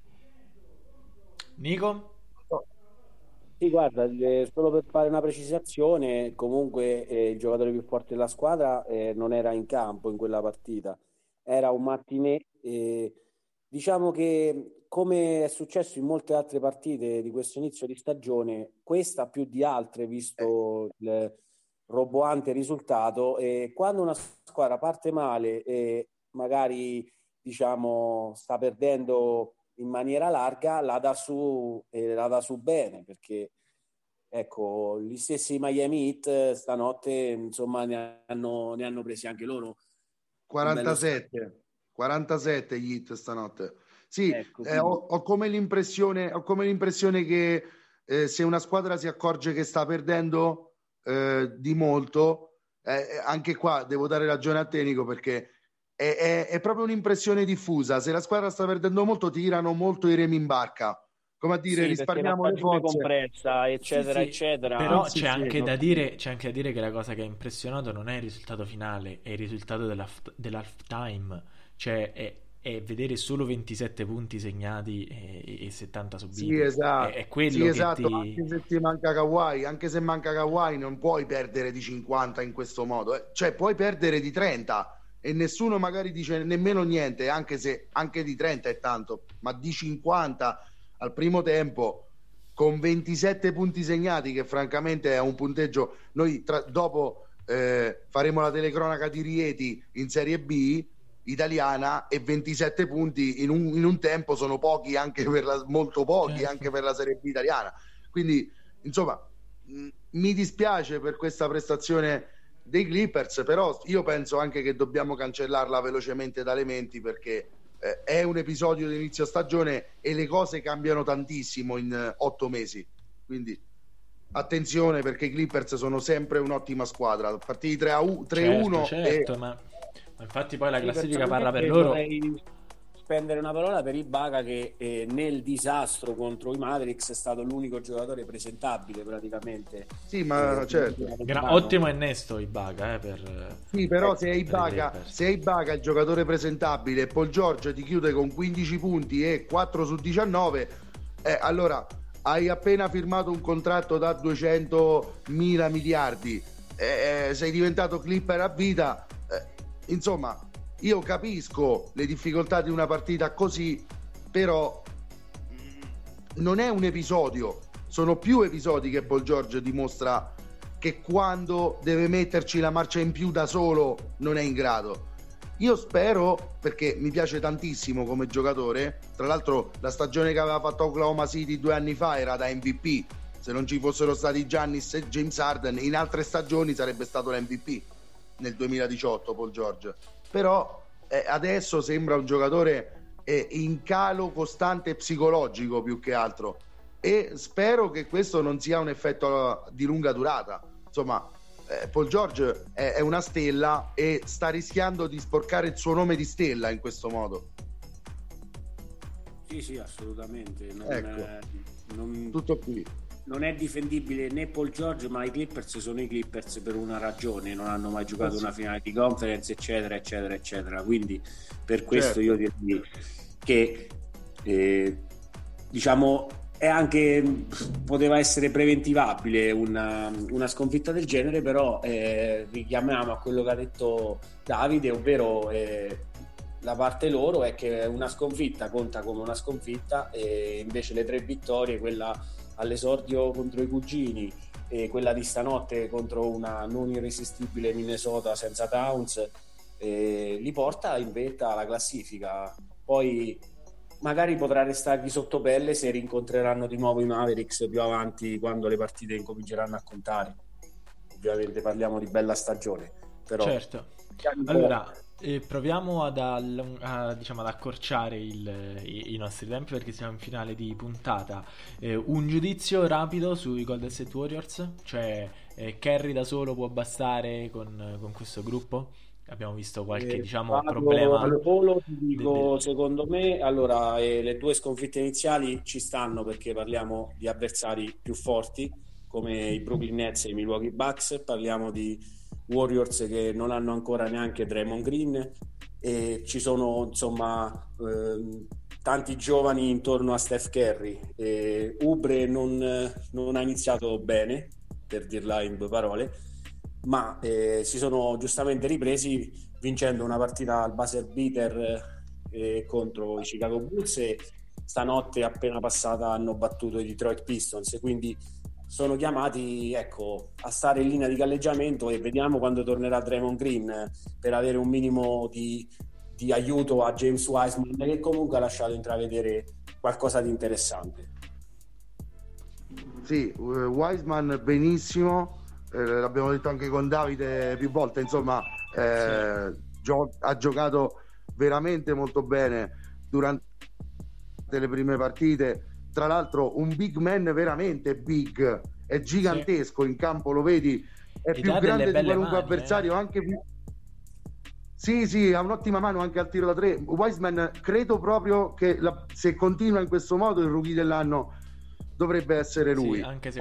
Nico? Sì, guarda, solo per fare una precisazione, comunque il giocatore più forte della squadra non era in campo in quella partita, era un mattinè diciamo che, come è successo in molte altre partite di questo inizio di stagione, questa più di altre, visto il roboante risultato, e quando una squadra parte male e magari, diciamo, sta perdendo in maniera larga, la dà su e la dà su bene, perché ecco, gli stessi Miami Heat stanotte, insomma, ne hanno presi anche loro 47 gli Heat stanotte. Sì, ecco, ho come l'impressione che se una squadra si accorge che sta perdendo di molto, anche qua devo dare ragione a Tenico, perché è proprio un'impressione diffusa. Se la squadra sta perdendo molto, tirano molto i remi in barca, come a dire, sì, risparmiamo le forze, compressa, eccetera, Sì, sì. eccetera. Però sì, c'è sì, anche da dire che la cosa che ha impressionato non è il risultato finale, è il risultato dell'halftime, cioè è vedere solo 27 punti segnati e 70 sì, subiti. esatto. È quello Sì, che esatto. ti... Anche se ti manca Kawhi, anche se manca Kawhi, non puoi perdere di 50 in questo modo. Cioè, puoi perdere di 30 e nessuno magari dice nemmeno niente, anche se anche di 30 è tanto, ma di 50 al primo tempo con 27 punti segnati, che francamente è un punteggio. Noi dopo faremo la telecronaca di Rieti in Serie B italiana, e 27 punti in un tempo sono pochi, anche molto pochi, Certo. anche per la Serie B italiana. Quindi insomma mi dispiace per questa prestazione dei Clippers, però io penso anche che dobbiamo cancellarla velocemente dalle menti, perché è un episodio di inizio stagione e le cose cambiano tantissimo in 8 mesi, quindi attenzione, perché i Clippers sono sempre un'ottima squadra, partiti 3-1 Certo, e ma infatti poi la Sì, classifica parla per personalmente loro. vorrei spendere una parola per Ibaka, che nel disastro contro i Mavericks è stato l'unico giocatore presentabile praticamente. sì, ma certo. Ottimo innesto Ibaka Sì, però se per i Clippers. è Ibaka il giocatore presentabile e Paul George ti chiude con 15 punti e 4 su 19, allora hai appena firmato un contratto da 200 mila miliardi, sei diventato Clipper a vita, insomma io capisco le difficoltà di una partita così, però non è un episodio, sono più episodi che Paul George dimostra che quando deve metterci la marcia in più da solo non è in grado. Io spero, perché mi piace tantissimo come giocatore, tra l'altro la stagione che aveva fatto Oklahoma City 2 anni fa era da MVP, se non ci fossero stati Giannis e James Harden in altre stagioni sarebbe stato l'MVP nel 2018 Paul George, però adesso sembra un giocatore in calo costante psicologico più che altro, e spero che questo non sia un effetto di lunga durata. Insomma, Paul George è una stella e sta rischiando di sporcare il suo nome di stella in questo modo. Sì, assolutamente. Tutto qui. Non è difendibile né Paul George, ma i Clippers sono i Clippers per una ragione, non hanno mai giocato una finale di conference, eccetera eccetera eccetera, quindi per questo io direi che diciamo è anche, poteva essere preventivabile una sconfitta del genere, però richiamiamo a quello che ha detto Davide, ovvero la parte loro è che una sconfitta conta come una sconfitta, e invece le 3 vittorie, quella all'esordio contro i cugini e quella di stanotte contro una non irresistibile Minnesota senza Towns, li porta in vetta alla classifica. Poi magari potrà restargli sotto pelle se rincontreranno di nuovo i Mavericks più avanti, quando le partite incominceranno a contare. Ovviamente parliamo di bella stagione, però certo. Allora proviamo diciamo, ad accorciare i nostri tempi, perché siamo in finale di puntata. Un giudizio rapido sui Golden State Warriors, cioè Curry da solo può bastare con questo gruppo? Abbiamo visto qualche problema al volo, ti dico, secondo me allora le 2 sconfitte iniziali ci stanno, perché parliamo di avversari più forti come i Brooklyn Nets e i Milwaukee Bucks, parliamo di Warriors che non hanno ancora neanche Draymond Green, e ci sono insomma tanti giovani intorno a Steph Curry. Oubre non ha iniziato bene, per dirla in 2 parole, ma si sono giustamente ripresi vincendo una partita al buzzer beater contro i Chicago Bulls, e stanotte appena passata hanno battuto i Detroit Pistons, quindi sono chiamati, ecco, a stare in linea di galleggiamento, e vediamo quando tornerà Draymond Green per avere un minimo di aiuto a James Wiseman, che comunque ha lasciato intravedere qualcosa di interessante. Sì, Wiseman benissimo, l'abbiamo detto anche con Davide più volte, insomma, ha giocato veramente molto bene durante le prime partite. Tra l'altro un big man veramente big, è gigantesco, in campo lo vedi, è più grande di qualunque avversario, anche più... Sì, ha un'ottima mano anche al tiro da tre. Wiseman, credo proprio che se continua in questo modo il rookie dell'anno dovrebbe essere lui.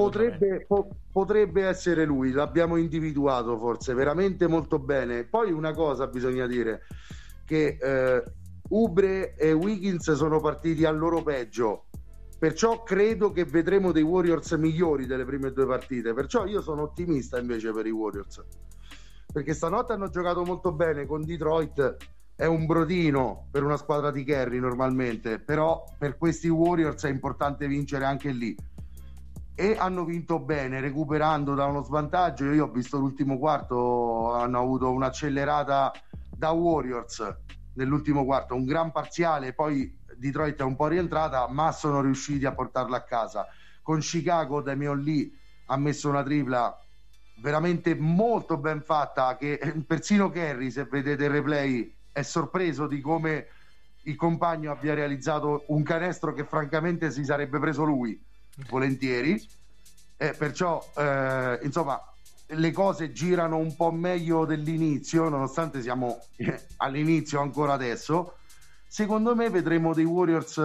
Potrebbe essere lui, l'abbiamo individuato forse veramente molto bene. Poi una cosa bisogna dire, che Oubre e Wiggins sono partiti al loro peggio, perciò credo che vedremo dei Warriors migliori delle prime due partite, perciò io sono ottimista invece per i Warriors, perché stanotte hanno giocato molto bene con Detroit. È un brodino per una squadra di Curry normalmente, però per questi Warriors è importante vincere anche lì, e hanno vinto bene recuperando da uno svantaggio. Io ho visto l'ultimo quarto, hanno avuto un'accelerata da Warriors nell'ultimo quarto, un gran parziale, poi Detroit è un po' rientrata, ma sono riusciti a portarla a casa. Con Chicago Damian Lee ha messo una tripla veramente molto ben fatta, che persino Curry, se vedete il replay, è sorpreso di come il compagno abbia realizzato un canestro che francamente si sarebbe preso lui volentieri, perciò insomma le cose girano un po' meglio dell'inizio, nonostante siamo all'inizio ancora adesso. Secondo me vedremo dei Warriors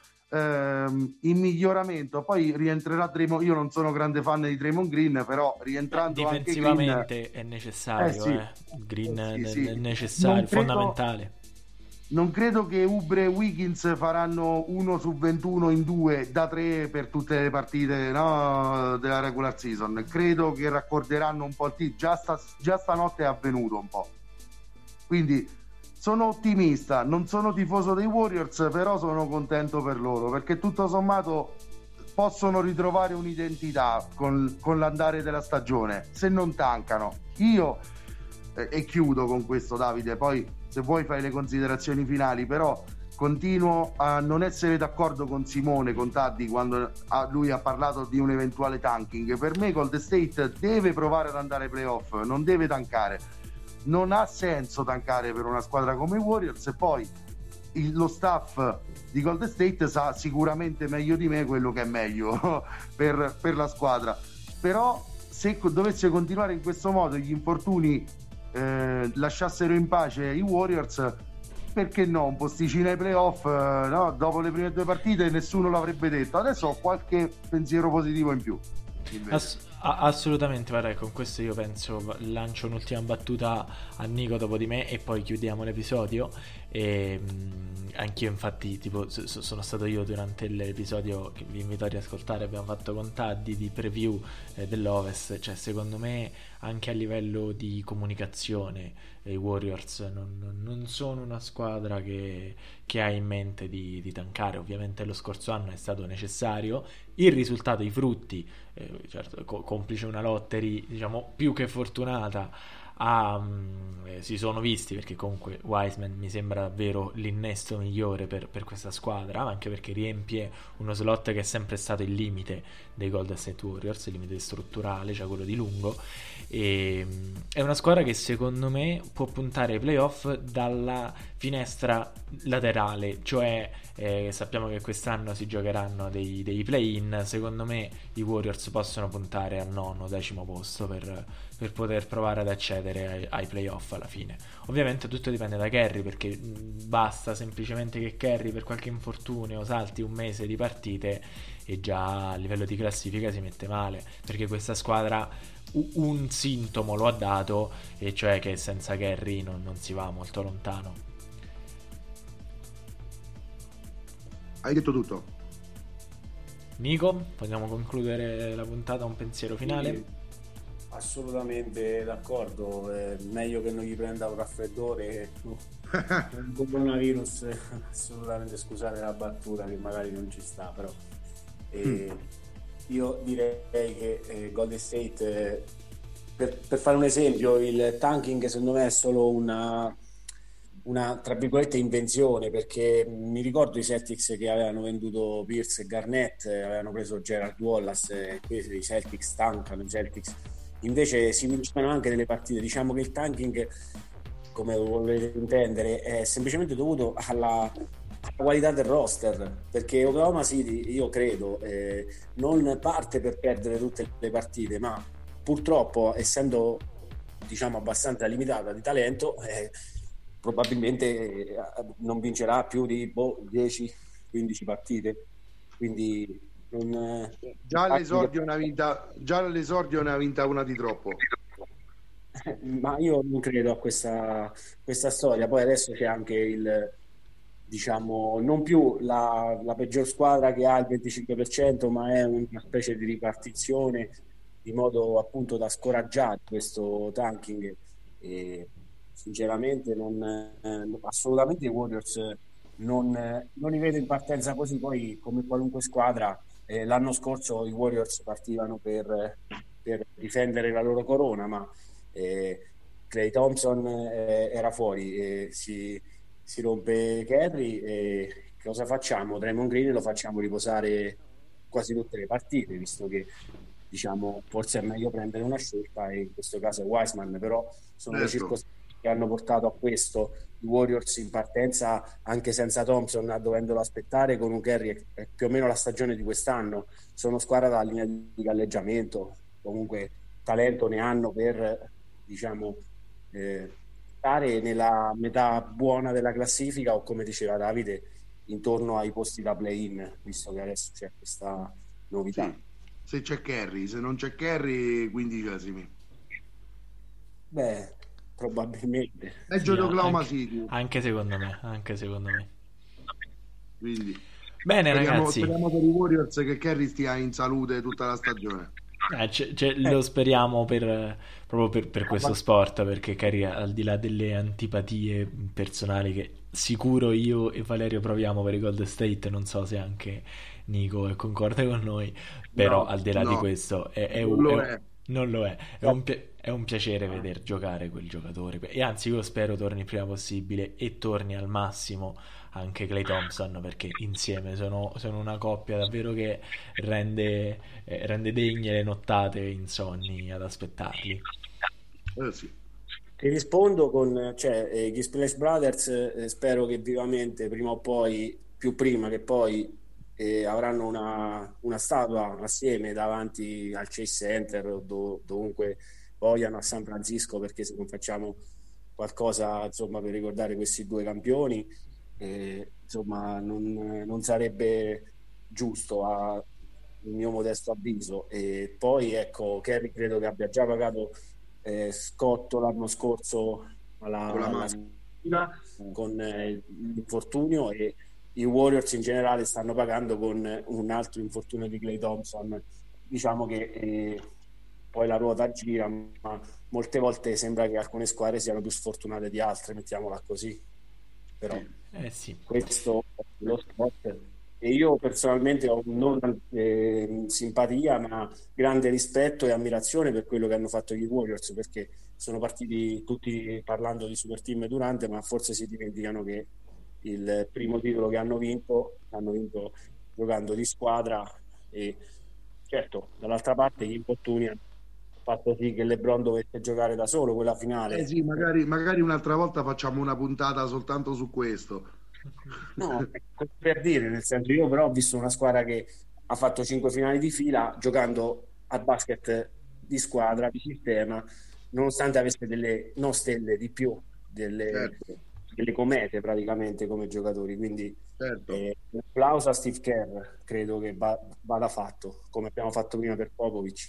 in miglioramento. Poi rientrerà Draymond. Io non sono grande fan di Draymond Green, però rientrando difensivamente anche Green, è necessario, sì. Green Sì. è necessario, fondamentale. Non credo che Oubre e Wiggins faranno 1 su 21 in 2 da 3 per tutte le partite, no, della regular season. Credo che raccorderanno un po' il team. Già stanotte è avvenuto un po'. Quindi sono ottimista, non sono tifoso dei Warriors, però sono contento per loro, perché tutto sommato possono ritrovare un'identità con l'andare della stagione, se non tancano. Io e chiudo con questo, Davide, poi se vuoi fai le considerazioni finali, però continuo a non essere d'accordo con Simone Contaddi quando lui ha parlato di un eventuale tanking. Per me Golden State deve provare ad andare ai playoff, non deve tankare. Non ha senso tankare per una squadra come i Warriors, e poi lo staff di Golden State sa sicuramente meglio di me quello che è meglio per la squadra. Però se dovesse continuare in questo modo, gli infortuni lasciassero in pace i Warriors, perché no, un posticino ai playoff, no? Dopo le prime due partite nessuno l'avrebbe detto. Adesso ho qualche pensiero positivo in più. Assolutamente, guarda, con questo io penso lancio un'ultima battuta a Nico dopo di me e poi chiudiamo l'episodio. Anch'io infatti sono stato io durante l'episodio che vi invito a riascoltare, abbiamo fatto con Taddi di preview dell'Ovest. Cioè secondo me anche a livello di comunicazione i Warriors non sono una squadra che ha in mente di tankare. Ovviamente lo scorso anno è stato necessario, il risultato, i frutti, certo, complice una lottery diciamo più che fortunata, si sono visti, perché comunque Wiseman mi sembra davvero l'innesto migliore per questa squadra, anche perché riempie uno slot che è sempre stato il limite dei Golden State Warriors, il limite strutturale, cioè quello di lungo. E è una squadra che secondo me può puntare ai playoff dalla finestra laterale, cioè sappiamo che quest'anno si giocheranno dei play-in. Secondo me i Warriors possono puntare al 9-10 posto per poter provare ad accedere ai playoff alla fine. Ovviamente tutto dipende da Curry, perché basta semplicemente che Curry per qualche infortunio salti un mese di partite e già a livello di classifica si mette male, perché questa squadra un sintomo lo ha dato, e cioè che senza Curry non si va molto lontano. Hai detto tutto. Nico, possiamo concludere la puntata, un pensiero finale? Sì, assolutamente d'accordo, è meglio che non gli prenda un raffreddore Un coronavirus, assolutamente, scusate la battuta che magari non ci sta, però io direi che Golden State, per fare un esempio, il tanking secondo me è solo una tra virgolette invenzione, perché mi ricordo i Celtics che avevano venduto Pierce e Garnett, avevano preso Gerald Wallace, i Celtics tankano, i Celtics invece si vincevano anche delle partite. Diciamo che il tanking, come volete intendere, è semplicemente dovuto alla qualità del roster, perché Oklahoma City, io credo, non parte per perdere tutte le partite, ma purtroppo, essendo diciamo abbastanza limitata di talento, probabilmente non vincerà più di 10-15 partite, quindi già all'esordio ne ha vinta una di troppo. ma io non credo a questa storia. Poi adesso c'è anche diciamo, non più la peggior squadra che ha il 25%, ma è una specie di ripartizione di modo appunto da scoraggiare questo tanking. E sinceramente assolutamente i Warriors non li vedo in partenza così. Poi, come qualunque squadra, l'anno scorso i Warriors partivano per difendere la loro corona, ma Klay Thompson era fuori, si rompe Kerry, e cosa facciamo? Draymond Green lo facciamo riposare quasi tutte le partite, visto che diciamo forse è meglio prendere una scelta, e in questo caso è Wiseman, però sono le circostanze che hanno portato a questo. I Warriors in partenza anche senza Thompson, dovendolo aspettare con un Kerry è più o meno la stagione di quest'anno, sono squadra dalla linea di galleggiamento, comunque talento ne hanno per diciamo stare nella metà buona della classifica, o come diceva Davide, intorno ai posti da play-in, visto che adesso c'è questa novità. Sì. Se c'è Kerry, se non c'è Kerry, 15esimi. Beh, probabilmente. Peggio di Oklahoma City. Anche secondo me, Quindi bene, ragazzi. Speriamo per i Warriors che Kerry stia in salute tutta la stagione. Lo speriamo proprio per questo sport, perché Kerry, al di là delle antipatie personali che sicuro io e Valerio proviamo per i Golden State, non so se anche Nico concorda con noi, però No, al di là di questo non lo è. È un piacere veder giocare quel giocatore, e anzi io spero torni il prima possibile e torni al massimo anche Klay Thompson, perché insieme sono una coppia davvero che rende degne le nottate insonni ad aspettarli. Sì. Ti rispondo con gli Splash Brothers, spero che vivamente prima o poi, più prima che poi, avranno una statua assieme davanti al Chase Center o dovunque vogliano, a San Francisco, perché se non facciamo qualcosa insomma per ricordare questi due campioni, insomma non sarebbe giusto il mio modesto avviso. E poi ecco, Kerry credo che abbia già pagato scotto l'anno scorso alla con l'infortunio, e i Warriors in generale stanno pagando con un altro infortunio di Klay Thompson. Diciamo che poi la ruota gira, ma molte volte sembra che alcune squadre siano più sfortunate di altre, mettiamola così. Però sì. Questo è lo sport, e io personalmente ho non simpatia, ma grande rispetto e ammirazione per quello che hanno fatto gli Warriors, perché sono partiti tutti parlando di super team durante, ma forse si dimenticano che il primo titolo che hanno vinto giocando di squadra. E certo, dall'altra parte gli infortuni hanno fatto sì che LeBron dovesse giocare da solo quella finale. Sì, magari un'altra volta facciamo una puntata soltanto su questo. No, per dire, nel senso, io però ho visto una squadra che ha fatto 5 finali di fila giocando a basket di squadra, di sistema, nonostante avesse delle non stelle di più, delle comete praticamente come giocatori. Quindi un applauso a Steve Kerr, credo che vada fatto, come abbiamo fatto prima per Popovic,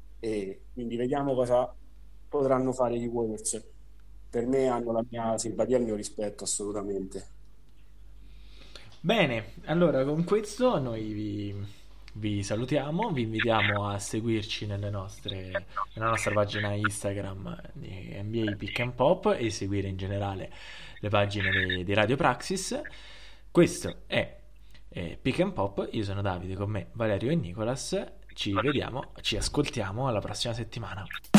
e quindi vediamo cosa potranno fare gli Warriors. Per me hanno la mia simpatia e il mio rispetto, assolutamente. Bene, allora con questo noi vi salutiamo, vi invitiamo a seguirci nella nostra pagina Instagram di NBA Pick and Pop e seguire in generale le pagine di Radio Praxis. Questo è Pick and Pop, io sono Davide, con me Valerio e Nicolas, ci vediamo, ci ascoltiamo alla prossima settimana.